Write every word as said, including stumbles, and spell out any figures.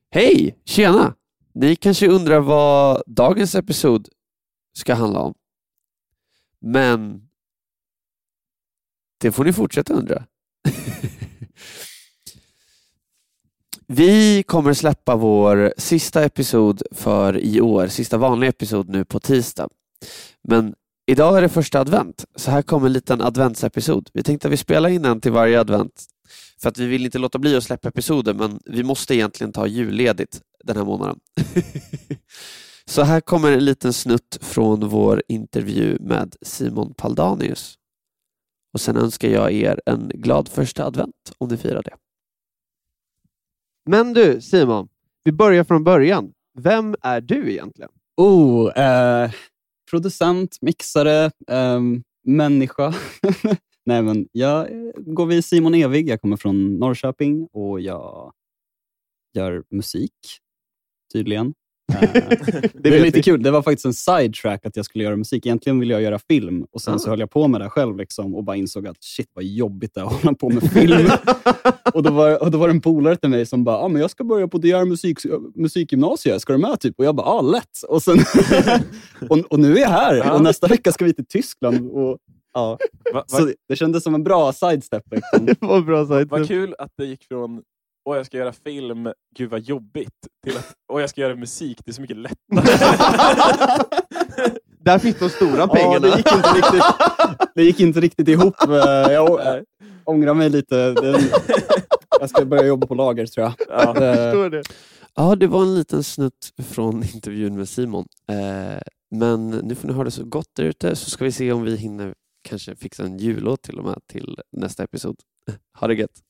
Hej, tjena! Ni kanske undrar vad dagens episod ska handla om. Men det får ni fortsätta undra. Vi kommer släppa vår sista episod för i år, sista vanliga episod nu på tisdag. Men idag är det första advent, så här kommer en liten adventsepisod. Vi tänkte att vi spelar in en till varje advent. För att vi vill inte låta bli att släppa episoder, men vi måste egentligen ta julledigt den här månaden. Så här kommer en liten snutt från vår intervju med Simon Paldanius. Och sen önskar jag er en glad första advent om ni firar det. Men du Simon, vi börjar från början. Vem är du egentligen? Oh, eh, producent, mixare, eh, människa. Nej, men jag går vid Simon Evig. Jag kommer från Norrköping och jag gör musik, tydligen. Uh, det är lite kul. Det var faktiskt en sidetrack att jag skulle göra musik. Egentligen ville jag göra film och sen ah. så höll jag på med det själv liksom, och bara insåg att shit vad jobbigt det är att hålla på med film. och, då var, och då var det en polare till mig som bara, ah, men jag ska börja på D R musik, musikgymnasiet. Ska du med typ? Och jag bara, ah lätt. Och, sen och, och nu är jag här. Ah. Och nästa vecka ska vi till Tyskland och ja, va, va? Så det, det kändes som en bra sidestep. Liksom. Det var en bra sidestep. Vad kul att det gick från och jag ska göra film, gud vad jobbigt, till att och jag ska göra musik, det är så mycket lättare. Där fick de stora pengarna. Ja, det, gick inte riktigt, det gick inte riktigt ihop. Jag ångrar mig lite. Jag ska börja jobba på lager, tror jag. Ja, jag förstår det. Ja, det var en liten snutt från intervjun med Simon. Men nu får ni ha det så gott där ute, så ska vi se om vi hinner kanske fixa en jullåt till och med till nästa episod. Ha det gött.